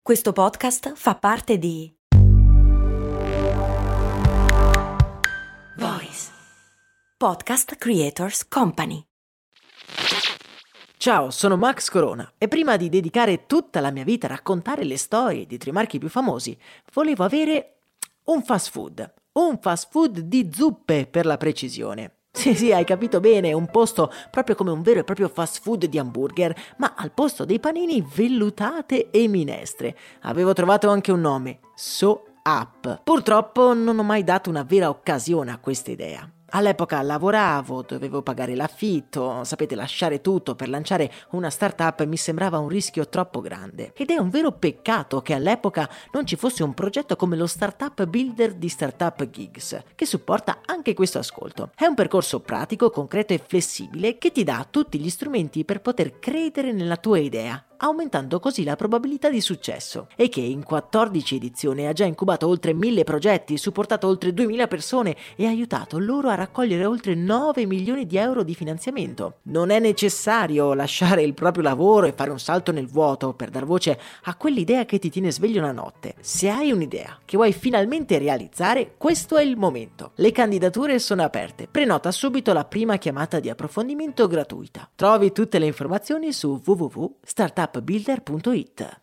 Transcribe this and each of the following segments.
Questo podcast fa parte di Voice Podcast Creators Company. Ciao, sono Max Corona e prima di dedicare tutta la mia vita a raccontare le storie di tre marchi più famosi, volevo avere un fast food di zuppe per la precisione. Sì, hai capito bene, un posto proprio come un vero e proprio fast food di hamburger, ma al posto dei panini vellutate e minestre. Avevo trovato anche un nome, So Up. Purtroppo non ho mai dato una vera occasione a questa idea. All'epoca lavoravo, dovevo pagare l'affitto, sapete, lasciare tutto per lanciare una startup mi sembrava un rischio troppo grande. Ed è un vero peccato che all'epoca non ci fosse un progetto come lo Startup Builder di Startup Gigs, che supporta anche questo ascolto. È un percorso pratico, concreto e flessibile che ti dà tutti gli strumenti per poter credere nella tua idea, aumentando così la probabilità di successo, e che in 14 edizioni ha già incubato oltre 1000 progetti, supportato oltre 2000 persone e aiutato loro a raccogliere oltre 9 milioni di euro di finanziamento. Non è necessario lasciare il proprio lavoro e fare un salto nel vuoto per dar voce a quell'idea che ti tiene sveglio la notte. Se hai un'idea che vuoi finalmente realizzare, questo è il momento. Le candidature sono aperte. Prenota subito la prima chiamata di approfondimento gratuita. Trovi tutte le informazioni su www.startupbuilder.it.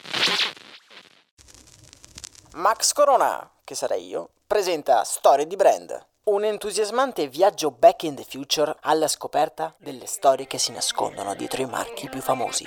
Max Corona, che sarei io, presenta Storie di Brand, un entusiasmante viaggio back in the future alla scoperta delle storie che si nascondono dietro i marchi più famosi.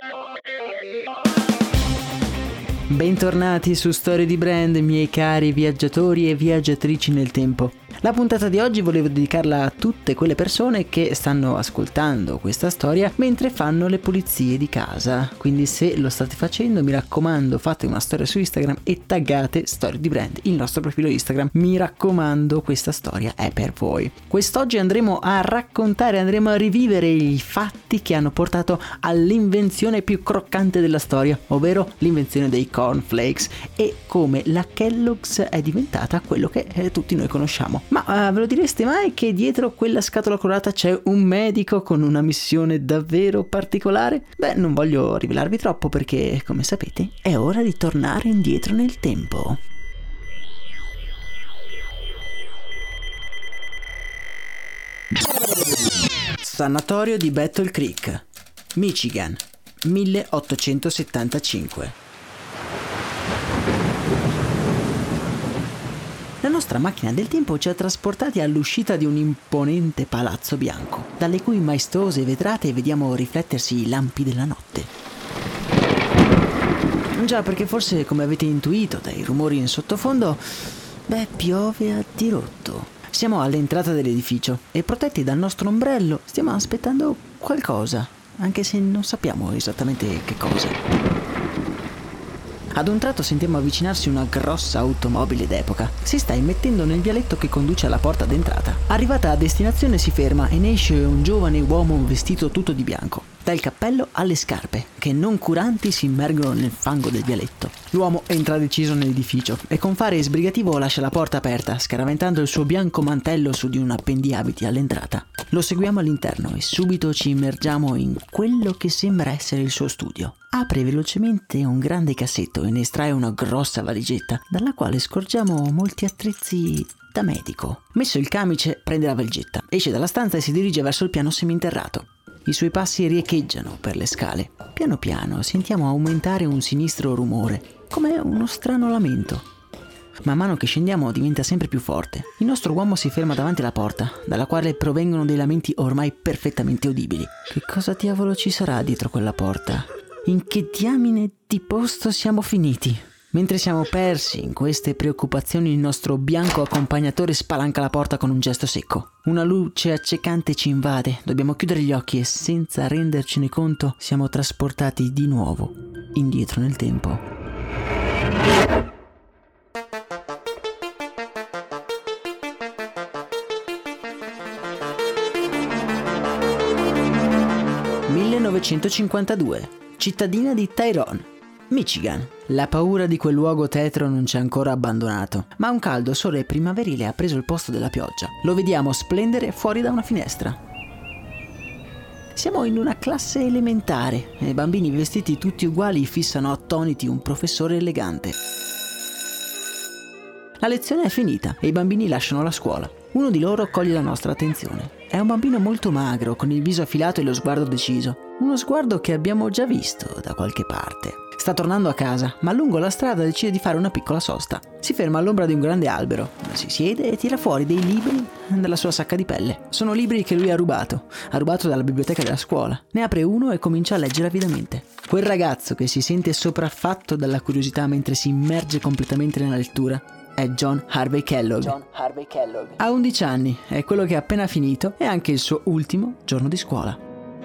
Bentornati su Storie di Brand, miei cari viaggiatori e viaggiatrici nel tempo. La puntata di oggi volevo dedicarla a tutte quelle persone che stanno ascoltando questa storia mentre fanno le pulizie di casa. Quindi se lo state facendo, mi raccomando, fate una storia su Instagram e taggate Storie di Brand, il nostro profilo Instagram. Mi raccomando, questa storia è per voi. Quest'oggi andremo a rivivere i fatti che hanno portato all'invenzione più croccante della storia, ovvero l'invenzione dei cornflakes e come la Kellogg's è diventata quello che tutti noi conosciamo. Ma ve lo direste mai che dietro quella scatola colorata c'è un medico con una missione davvero particolare? Beh, non voglio rivelarvi troppo perché, come sapete, è ora di tornare indietro nel tempo. Sanatorio di Battle Creek, Michigan, 1875. La nostra macchina del tempo ci ha trasportati all'uscita di un imponente palazzo bianco, dalle cui maestose vetrate vediamo riflettersi i lampi della notte. Già, perché forse, come avete intuito dai rumori in sottofondo, piove a dirotto. Siamo all'entrata dell'edificio e, protetti dal nostro ombrello, stiamo aspettando qualcosa, anche se non sappiamo esattamente che cosa. Ad un tratto sentiamo avvicinarsi una grossa automobile d'epoca. Si sta immettendo nel vialetto che conduce alla porta d'entrata. Arrivata a destinazione si ferma e ne esce un giovane uomo vestito tutto di bianco, dal cappello alle scarpe, che noncuranti si immergono nel fango del vialetto. L'uomo entra deciso nell'edificio e con fare sbrigativo lascia la porta aperta, scaraventando il suo bianco mantello su di un appendiabiti all'entrata. Lo seguiamo all'interno e subito ci immergiamo in quello che sembra essere il suo studio. Apre velocemente un grande cassetto e ne estrae una grossa valigetta, dalla quale scorgiamo molti attrezzi da medico. Messo il camice, prende la valigetta, esce dalla stanza e si dirige verso il piano seminterrato. I suoi passi riecheggiano per le scale. Piano piano sentiamo aumentare un sinistro rumore, come uno strano lamento. Man mano che scendiamo diventa sempre più forte. Il nostro uomo si ferma davanti alla porta, dalla quale provengono dei lamenti ormai perfettamente udibili. Che cosa diavolo ci sarà dietro quella porta? In che diamine di posto siamo finiti? Mentre siamo persi in queste preoccupazioni, il nostro bianco accompagnatore spalanca la porta con un gesto secco. Una luce accecante ci invade, dobbiamo chiudere gli occhi e senza rendercene conto siamo trasportati di nuovo indietro nel tempo. (1952) Cittadina di Tyrone, Michigan. La paura di quel luogo tetro non ci ha ancora abbandonato, ma un caldo sole primaverile ha preso il posto della pioggia. Lo vediamo splendere fuori da una finestra. Siamo in una classe elementare e i bambini vestiti tutti uguali fissano attoniti un professore elegante. La lezione è finita e i bambini lasciano la scuola. Uno di loro coglie la nostra attenzione. È un bambino molto magro, con il viso affilato e lo sguardo deciso. Uno sguardo che abbiamo già visto da qualche parte. Sta tornando a casa, ma lungo la strada decide di fare una piccola sosta. Si ferma all'ombra di un grande albero, si siede e tira fuori dei libri dalla sua sacca di pelle. Sono libri che lui ha rubato dalla biblioteca della scuola. Ne apre uno e comincia a leggere avidamente. Quel ragazzo che si sente sopraffatto dalla curiosità mentre si immerge completamente nella lettura è John Harvey Kellogg. Ha 11 anni, è quello che ha appena finito e anche il suo ultimo giorno di scuola.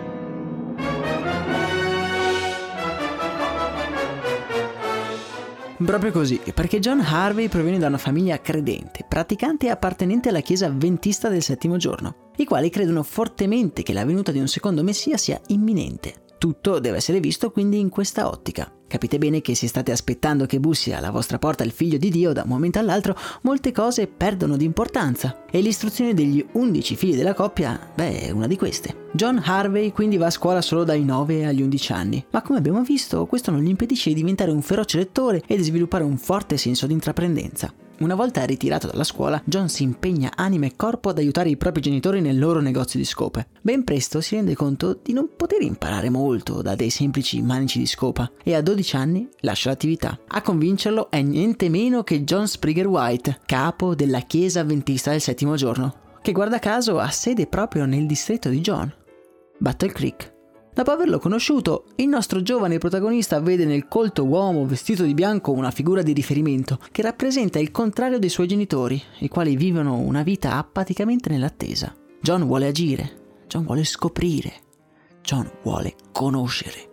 Proprio così, perché John Harvey proviene da una famiglia credente, praticante e appartenente alla chiesa avventista del settimo giorno, i quali credono fortemente che la venuta di un secondo messia sia imminente. Tutto deve essere visto quindi in questa ottica. Capite bene che se state aspettando che bussi alla vostra porta il figlio di Dio da un momento all'altro, molte cose perdono di importanza. E l'istruzione degli 11 figli della coppia, è una di queste. John Harvey quindi va a scuola solo dai 9 agli 11 anni, ma come abbiamo visto, questo non gli impedisce di diventare un feroce lettore e di sviluppare un forte senso di intraprendenza. Una volta ritirato dalla scuola, John si impegna anima e corpo ad aiutare i propri genitori nel loro negozio di scope. Ben presto si rende conto di non poter imparare molto da dei semplici manici di scopa e a 12 anni lascia l'attività. A convincerlo è niente meno che John Springer White, capo della chiesa avventista del settimo giorno, che guarda caso ha sede proprio nel distretto di John, Battle Creek. Dopo averlo conosciuto, il nostro giovane protagonista vede nel colto uomo vestito di bianco una figura di riferimento che rappresenta il contrario dei suoi genitori, i quali vivono una vita apaticamente nell'attesa. John vuole agire, John vuole scoprire, John vuole conoscere.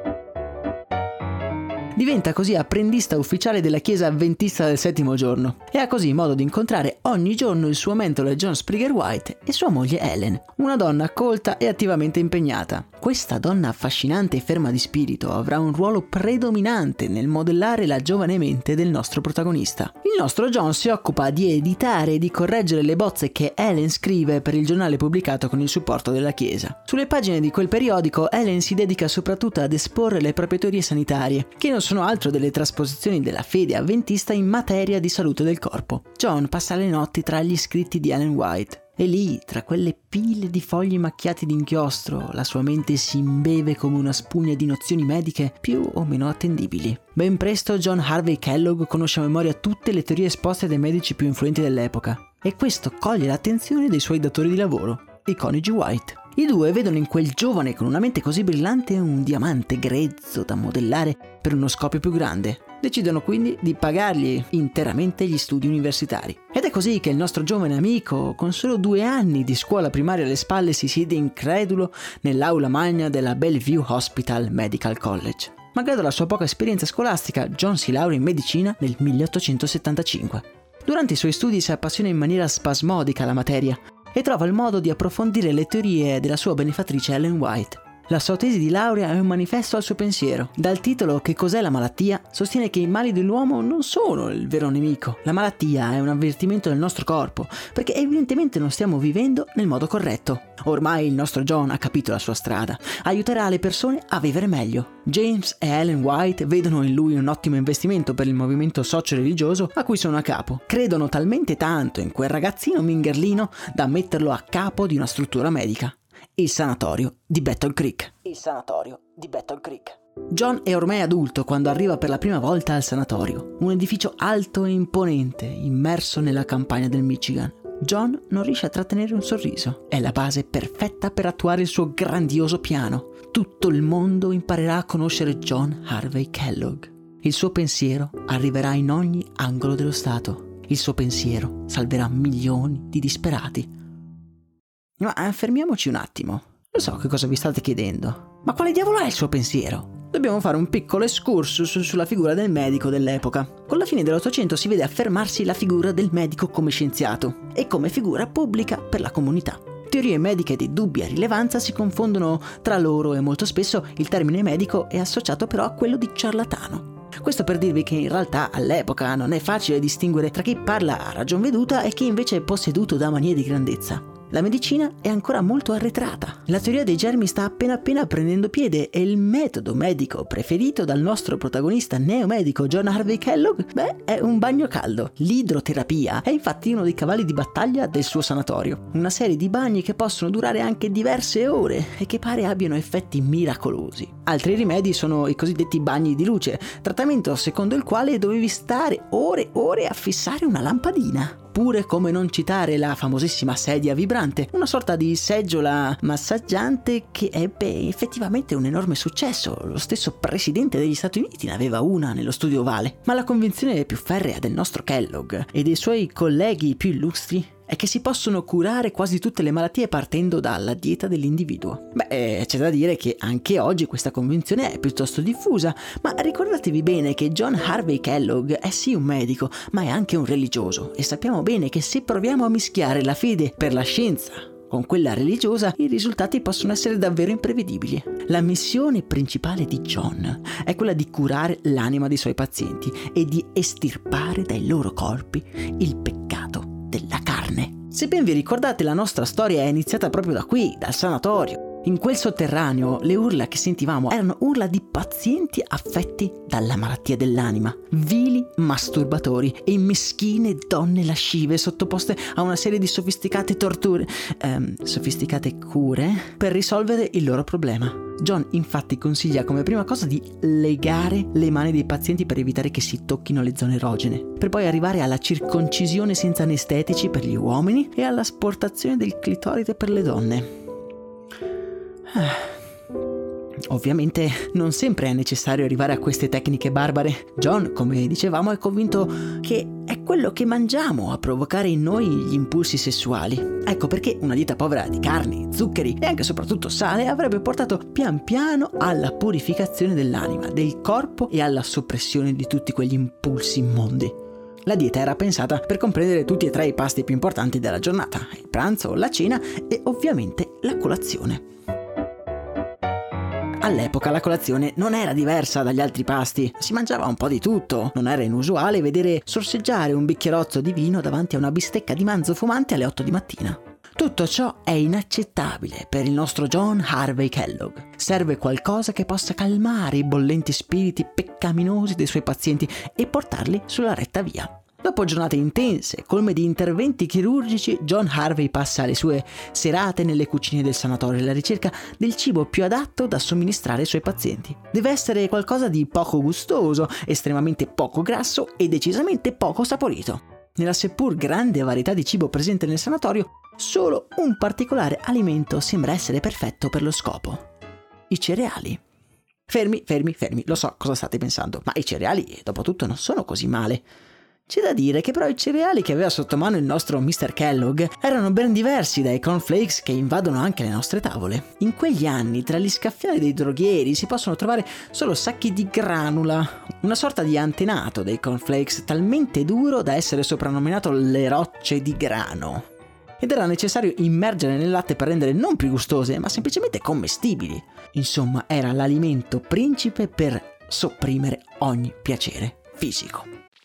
Diventa così apprendista ufficiale della chiesa avventista del settimo giorno e ha così modo di incontrare ogni giorno il suo mentore John Springer White e sua moglie Ellen, una donna colta e attivamente impegnata. Questa donna affascinante e ferma di spirito avrà un ruolo predominante nel modellare la giovane mente del nostro protagonista. Il nostro John si occupa di editare e di correggere le bozze che Ellen scrive per il giornale pubblicato con il supporto della chiesa. Sulle pagine di quel periodico Ellen si dedica soprattutto ad esporre le proprie teorie sanitarie, che non sono altro delle trasposizioni della fede avventista in materia di salute del corpo. John passa le notti tra gli scritti di Ellen White. E lì, tra quelle pile di fogli macchiati d'inchiostro, la sua mente si imbeve come una spugna di nozioni mediche più o meno attendibili. Ben presto John Harvey Kellogg conosce a memoria tutte le teorie esposte dai medici più influenti dell'epoca, e questo coglie l'attenzione dei suoi datori di lavoro, i coniugi White. I due vedono in quel giovane con una mente così brillante un diamante grezzo da modellare per uno scopo più grande. Decidono quindi di pagargli interamente gli studi universitari. Ed è così che il nostro giovane amico, con solo 2 anni di scuola primaria alle spalle, si siede incredulo nell'aula magna della Bellevue Hospital Medical College. Malgrado la sua poca esperienza scolastica, John si laurea in medicina nel 1875. Durante i suoi studi si appassiona in maniera spasmodica alla materia e trova il modo di approfondire le teorie della sua benefattrice Ellen White. La sua tesi di laurea è un manifesto al suo pensiero. Dal titolo "Che cos'è la malattia?" sostiene che i mali dell'uomo non sono il vero nemico. La malattia è un avvertimento del nostro corpo, perché evidentemente non stiamo vivendo nel modo corretto. Ormai il nostro John ha capito la sua strada. Aiuterà le persone a vivere meglio. James e Ellen White vedono in lui un ottimo investimento per il movimento socio-religioso a cui sono a capo. Credono talmente tanto in quel ragazzino mingerlino da metterlo a capo di una struttura medica. Il sanatorio di Battle Creek. John è ormai adulto quando arriva per la prima volta al sanatorio, un edificio alto e imponente, immerso nella campagna del Michigan. John non riesce a trattenere un sorriso. È la base perfetta per attuare il suo grandioso piano. Tutto il mondo imparerà a conoscere John Harvey Kellogg. Il suo pensiero arriverà in ogni angolo dello Stato. Il suo pensiero salverà milioni di disperati. Ma fermiamoci un attimo. Lo so che cosa vi state chiedendo. Ma quale diavolo è il suo pensiero? Dobbiamo fare un piccolo excursus sulla figura del medico dell'epoca. Con la fine dell'Ottocento si vede affermarsi la figura del medico come scienziato e come figura pubblica per la comunità. Teorie mediche di dubbia rilevanza si confondono tra loro e molto spesso il termine medico è associato però a quello di ciarlatano. Questo per dirvi che in realtà all'epoca non è facile distinguere tra chi parla a ragion veduta e chi invece è posseduto da manie di grandezza. La medicina è ancora molto arretrata. La teoria dei germi sta appena prendendo piede e il metodo medico preferito dal nostro protagonista neomedico John Harvey Kellogg, è un bagno caldo. L'idroterapia è infatti uno dei cavalli di battaglia del suo sanatorio. Una serie di bagni che possono durare anche diverse ore e che pare abbiano effetti miracolosi. Altri rimedi sono i cosiddetti bagni di luce, trattamento secondo il quale dovevi stare ore a fissare una lampadina. Pure come non citare la famosissima sedia vibrante, una sorta di seggiola massaggiante che ebbe effettivamente un enorme successo. Lo stesso presidente degli Stati Uniti ne aveva una nello studio ovale. Ma la convinzione più ferrea del nostro Kellogg e dei suoi colleghi più illustri è che si possono curare quasi tutte le malattie partendo dalla dieta dell'individuo. C'è da dire che anche oggi questa convinzione è piuttosto diffusa, ma ricordatevi bene che John Harvey Kellogg è sì un medico, ma è anche un religioso, e sappiamo bene che se proviamo a mischiare la fede per la scienza con quella religiosa, i risultati possono essere davvero imprevedibili. La missione principale di John è quella di curare l'anima dei suoi pazienti e di estirpare dai loro corpi il peccato della carne. Se ben vi ricordate, la nostra storia è iniziata proprio da qui, dal sanatorio. In quel sotterraneo le urla che sentivamo erano urla di pazienti affetti dalla malattia dell'anima, vili masturbatori e meschine donne lascive sottoposte a una serie di sofisticate cure per risolvere il loro problema. John infatti consiglia come prima cosa di legare le mani dei pazienti per evitare che si tocchino le zone erogene, per poi arrivare alla circoncisione senza anestetici per gli uomini e all'asportazione del clitoride per le donne. Ovviamente non sempre è necessario arrivare a queste tecniche barbare. John, come dicevamo, è convinto che è quello che mangiamo a provocare in noi gli impulsi sessuali. Ecco perché una dieta povera di carni, zuccheri e anche soprattutto sale avrebbe portato pian piano alla purificazione dell'anima, del corpo e alla soppressione di tutti quegli impulsi immondi. La dieta era pensata per comprendere tutti e tre i pasti più importanti della giornata: il pranzo, la cena e ovviamente la colazione. All'epoca la colazione non era diversa dagli altri pasti, si mangiava un po' di tutto. Non era inusuale vedere sorseggiare un bicchierozzo di vino davanti a una bistecca di manzo fumante alle 8 di mattina. Tutto ciò è inaccettabile per il nostro John Harvey Kellogg. Serve qualcosa che possa calmare i bollenti spiriti peccaminosi dei suoi pazienti e portarli sulla retta via. Dopo giornate intense, colme di interventi chirurgici, John Harvey passa le sue serate nelle cucine del sanatorio alla ricerca del cibo più adatto da somministrare ai suoi pazienti. Deve essere qualcosa di poco gustoso, estremamente poco grasso e decisamente poco saporito. Nella seppur grande varietà di cibo presente nel sanatorio, solo un particolare alimento sembra essere perfetto per lo scopo: i cereali. Fermi, lo so cosa state pensando, ma i cereali, dopo tutto, non sono così male. C'è da dire che però i cereali che aveva sotto mano il nostro Mr. Kellogg erano ben diversi dai cornflakes che invadono anche le nostre tavole. In quegli anni, tra gli scaffali dei droghieri si possono trovare solo sacchi di granula, una sorta di antenato dei cornflakes talmente duro da essere soprannominato le rocce di grano. Ed era necessario immergere nel latte per rendere non più gustose, ma semplicemente commestibili. Insomma, era l'alimento principe per sopprimere ogni piacere fisico.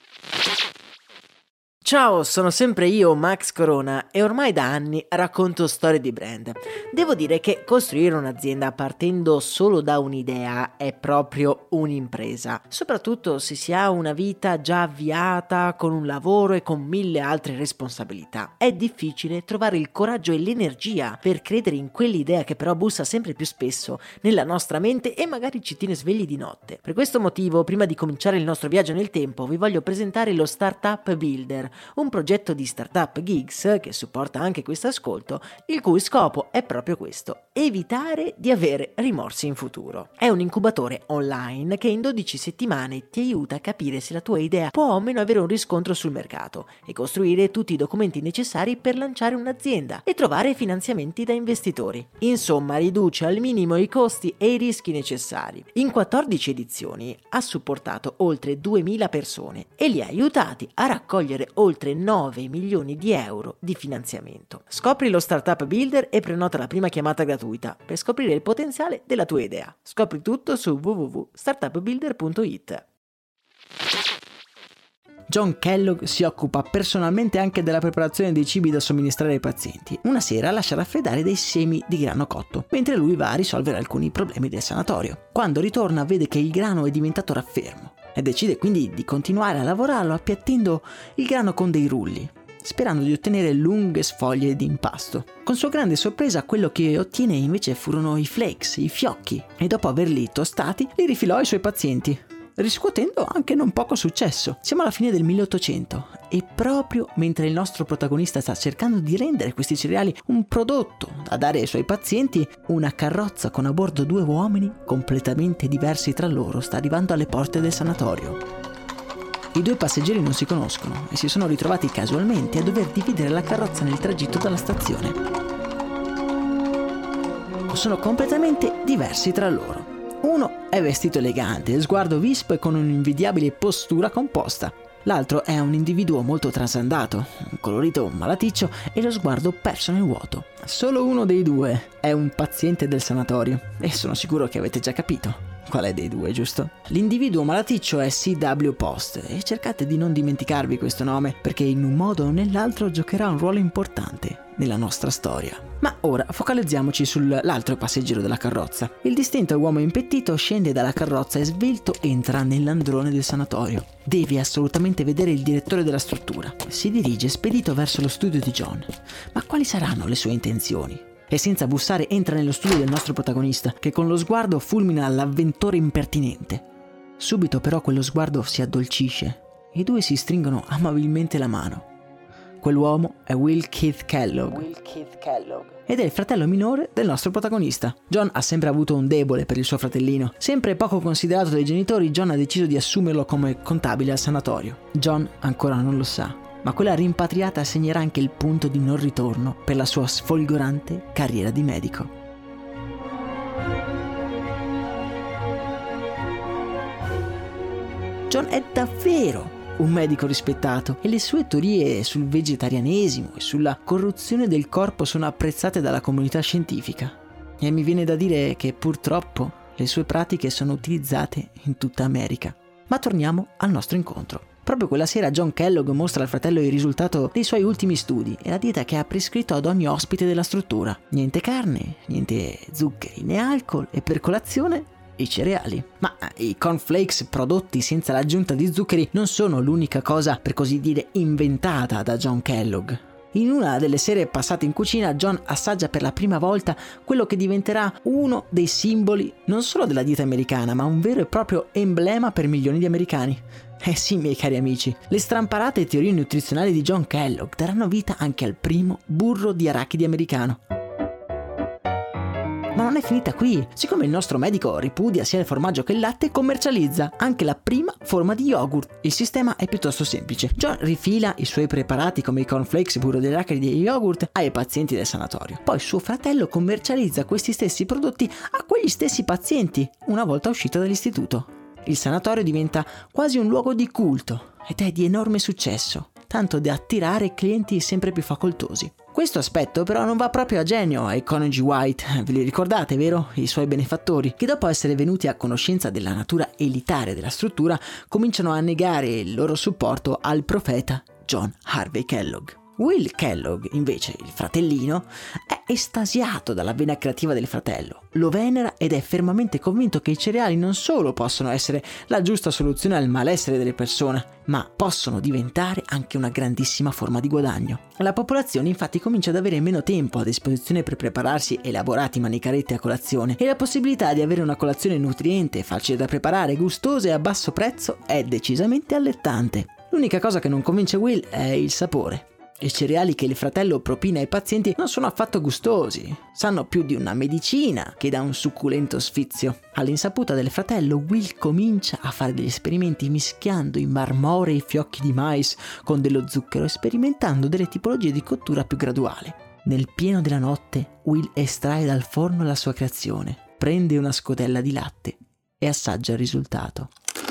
Ciao, sono sempre io, Max Corona, e ormai da anni racconto storie di brand. Devo dire che costruire un'azienda partendo solo da un'idea è proprio un'impresa, soprattutto se si ha una vita già avviata con un lavoro e con 1000 altre responsabilità. È difficile trovare il coraggio e l'energia per credere in quell'idea che però bussa sempre più spesso nella nostra mente e magari ci tiene svegli di notte. Per questo motivo, prima di cominciare il nostro viaggio nel tempo, vi voglio presentare lo Startup Builder, un progetto di Startup Geeks che supporta anche questo ascolto, il cui scopo è proprio questo: evitare di avere rimorsi in futuro. È un incubatore online che in 12 settimane ti aiuta a capire se la tua idea può o meno avere un riscontro sul mercato e costruire tutti i documenti necessari per lanciare un'azienda e trovare finanziamenti da investitori. Insomma, riduce al minimo i costi e i rischi necessari. In 14 edizioni ha supportato oltre 2000 persone e li ha aiutati a raccogliere oltre 9 milioni di euro di finanziamento. Scopri lo Startup Builder e prenota la prima chiamata gratuita per scoprire il potenziale della tua idea. Scopri tutto su www.startupbuilder.it. John Kellogg si occupa personalmente anche della preparazione dei cibi da somministrare ai pazienti. Una sera lascia raffreddare dei semi di grano cotto, mentre lui va a risolvere alcuni problemi del sanatorio. Quando ritorna vede che il grano è diventato raffermo e decide quindi di continuare a lavorarlo appiattendo il grano con dei rulli, sperando di ottenere lunghe sfoglie di impasto. Con sua grande sorpresa quello che ottiene invece furono i flakes, i fiocchi, e dopo averli tostati li rifilò ai suoi pazienti, riscuotendo anche non poco successo. Siamo alla fine del 1800 e proprio mentre il nostro protagonista sta cercando di rendere questi cereali un prodotto da dare ai suoi pazienti, una carrozza con a bordo 2 uomini completamente diversi tra loro sta arrivando alle porte del sanatorio. I 2 passeggeri non si conoscono e si sono ritrovati casualmente a dover dividere la carrozza nel tragitto dalla stazione. Sono completamente diversi tra loro. Uno è vestito elegante, sguardo vispo e con un'invidiabile postura composta. L'altro è un individuo molto trasandato, colorito malaticcio e lo sguardo perso nel vuoto. Solo uno dei 2 è un paziente del sanatorio e sono sicuro che avete già capito qual è dei 2, giusto? L'individuo malaticcio è C.W. Post e cercate di non dimenticarvi questo nome perché in un modo o nell'altro giocherà un ruolo importante nella nostra storia. Ma ora focalizziamoci sull'altro passeggero della carrozza. Il distinto uomo impettito scende dalla carrozza e svelto entra nell'androne del sanatorio. Deve assolutamente vedere il direttore della struttura. Si dirige spedito verso lo studio di John. Ma quali saranno le sue intenzioni? E senza bussare entra nello studio del nostro protagonista, che con lo sguardo fulmina l'avventore impertinente. Subito però quello sguardo si addolcisce e i 2 si stringono amabilmente la mano. Quell'uomo è Will Keith Kellogg ed è il fratello minore del nostro protagonista. John ha sempre avuto un debole per il suo fratellino. Sempre poco considerato dai genitori, John ha deciso di assumerlo come contabile al sanatorio. John ancora non lo sa, ma quella rimpatriata segnerà anche il punto di non ritorno per la sua sfolgorante carriera di medico. John è davvero un medico rispettato e le sue teorie sul vegetarianesimo e sulla corruzione del corpo sono apprezzate dalla comunità scientifica. E mi viene da dire che purtroppo le sue pratiche sono utilizzate in tutta America. Ma torniamo al nostro incontro. Proprio quella sera John Kellogg mostra al fratello il risultato dei suoi ultimi studi e la dieta che ha prescritto ad ogni ospite della struttura. Niente carne, niente zuccheri né alcol e per colazione i cereali. Ma i cornflakes prodotti senza l'aggiunta di zuccheri non sono l'unica cosa, per così dire, inventata da John Kellogg. In una delle sere passate in cucina, John assaggia per la prima volta quello che diventerà uno dei simboli non solo della dieta americana, ma un vero e proprio emblema per milioni di americani. Eh sì, miei cari amici, le stramparate teorie nutrizionali di John Kellogg daranno vita anche al primo burro di arachidi americano. Ma non è finita qui. Siccome il nostro medico ripudia sia il formaggio che il latte, commercializza anche la prima forma di yogurt. Il sistema è piuttosto semplice. John rifila i suoi preparati come i cornflakes, burro di arachidi e yogurt ai pazienti del sanatorio. Poi suo fratello commercializza questi stessi prodotti a quegli stessi pazienti una volta uscito dall'istituto. Il sanatorio diventa quasi un luogo di culto ed è di enorme successo, tanto da attirare clienti sempre più facoltosi. Questo aspetto però non va proprio a genio ai coniugi White, ve li ricordate, vero? I suoi benefattori, che dopo essere venuti a conoscenza della natura elitaria della struttura, cominciano a negare il loro supporto al profeta John Harvey Kellogg. Will Kellogg, invece, il fratellino, è estasiato dalla vena creativa del fratello, lo venera ed è fermamente convinto che i cereali non solo possono essere la giusta soluzione al malessere delle persone, ma possono diventare anche una grandissima forma di guadagno. La popolazione infatti comincia ad avere meno tempo a disposizione per prepararsi elaborati manicaretti a colazione e la possibilità di avere una colazione nutriente, facile da preparare, gustosa e a basso prezzo è decisamente allettante. L'unica cosa che non convince Will è il sapore. I cereali che il fratello propina ai pazienti non sono affatto gustosi, sanno più di una medicina che da un succulento sfizio. All'insaputa del fratello, Will comincia a fare degli esperimenti mischiando i marmorei fiocchi di mais con dello zucchero e sperimentando delle tipologie di cottura più graduali. Nel pieno della notte, Will estrae dal forno la sua creazione, prende una scodella di latte e assaggia il risultato.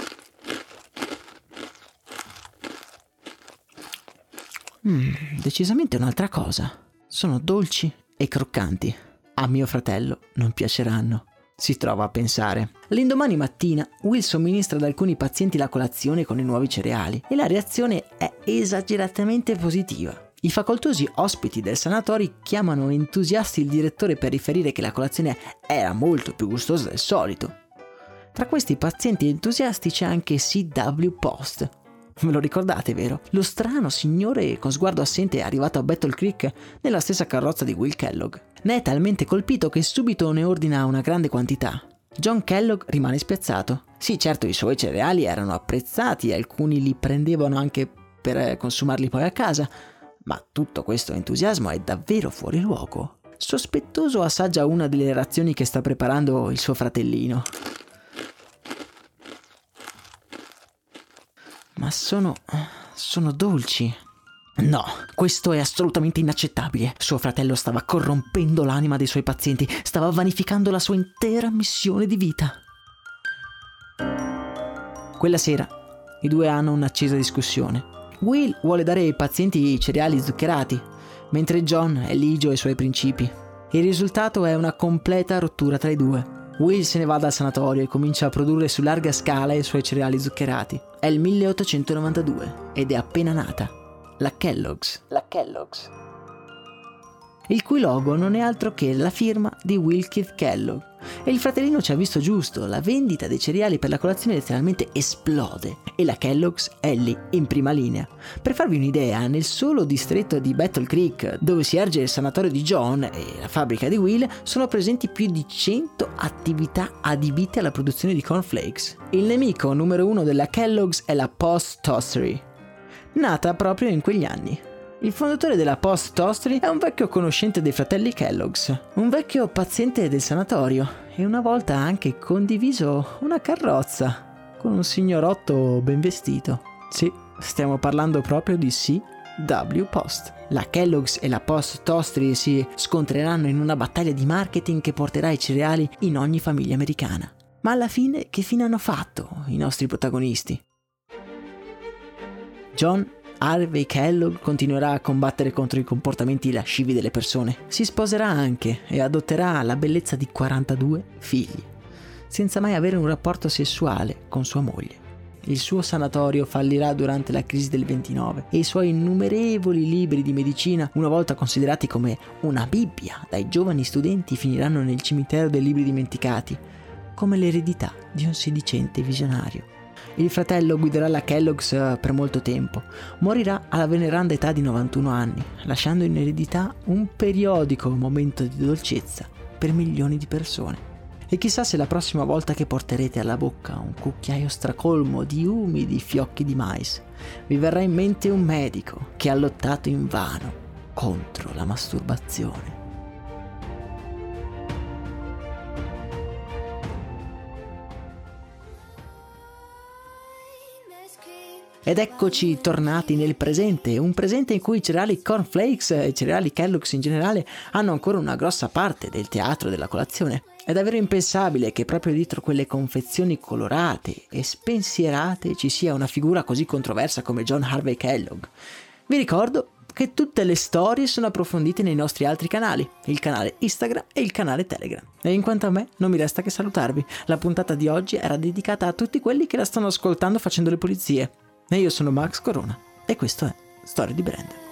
Decisamente un'altra cosa. Sono dolci e croccanti. A mio fratello non piaceranno. si trova a pensare. L'indomani mattina Will somministra ad alcuni pazienti la colazione con i nuovi cereali e la reazione è esageratamente positiva. I facoltosi ospiti del sanatorio chiamano entusiasti il direttore per riferire che la colazione era molto più gustosa del solito. Tra questi pazienti entusiasti c'è anche C.W. Post. Ve lo ricordate, vero? Lo strano signore con sguardo assente è arrivato a Battle Creek nella stessa carrozza di Will Kellogg. Ne è talmente colpito che subito ne ordina una grande quantità. John Kellogg rimane spiazzato. Sì, certo, i suoi cereali erano apprezzati e alcuni li prendevano anche per consumarli poi a casa, ma tutto questo entusiasmo è davvero fuori luogo. Sospettoso assaggia una delle razioni che sta preparando il suo fratellino. Ma sono dolci. No, questo è assolutamente inaccettabile. Suo fratello stava corrompendo l'anima dei suoi pazienti, stava vanificando la sua intera missione di vita. Quella sera i due hanno un'accesa discussione. Will vuole dare ai pazienti cereali zuccherati, mentre John è ligio ai suoi principi. Il risultato è una completa rottura tra i due. Will se ne va dal sanatorio e comincia a produrre su larga scala i suoi cereali zuccherati. È il 1892 ed è appena nata la Kellogg's. Il cui logo non è altro che la firma di Will Keith Kellogg. E il fratellino ci ha visto giusto, la vendita dei cereali per la colazione letteralmente esplode e la Kellogg's è lì in prima linea. Per farvi un'idea, nel solo distretto di Battle Creek, dove si erge il sanatorio di John e la fabbrica di Will, sono presenti più di 100 attività adibite alla produzione di cornflakes. Il nemico numero uno della Kellogg's è la Post Toastery, nata proprio in quegli anni. Il fondatore della Post Toastery è un vecchio conoscente dei fratelli Kellogg's, un vecchio paziente del sanatorio e una volta ha anche condiviso una carrozza con un signorotto ben vestito. Sì, stiamo parlando proprio di C.W. Post. La Kellogg's e la Post Toastery si scontreranno in una battaglia di marketing che porterà i cereali in ogni famiglia americana. Ma alla fine che fine hanno fatto i nostri protagonisti? John Harvey Kellogg continuerà a combattere contro i comportamenti lascivi delle persone. Si sposerà anche e adotterà la bellezza di 42 figli, senza mai avere un rapporto sessuale con sua moglie. Il suo sanatorio fallirà durante la crisi del 29 e i suoi innumerevoli libri di medicina, una volta considerati come una Bibbia dai giovani studenti, finiranno nel cimitero dei libri dimenticati, come l'eredità di un sedicente visionario. Il fratello guiderà la Kellogg's per molto tempo. Morirà alla veneranda età di 91 anni, lasciando in eredità un periodico momento di dolcezza per milioni di persone. E chissà se la prossima volta che porterete alla bocca un cucchiaio stracolmo di umidi fiocchi di mais, vi verrà in mente un medico che ha lottato invano contro la masturbazione. Ed eccoci tornati nel presente, un presente in cui i cereali cornflakes e i cereali Kellogg's in generale hanno ancora una grossa parte del teatro della colazione. È davvero impensabile che proprio dietro quelle confezioni colorate e spensierate ci sia una figura così controversa come John Harvey Kellogg. Vi ricordo che tutte le storie sono approfondite nei nostri altri canali, il canale Instagram e il canale Telegram. E in quanto a me, non mi resta che salutarvi. La puntata di oggi era dedicata a tutti quelli che la stanno ascoltando facendo le pulizie. E io sono Max Corona e questo è Storie di Brand.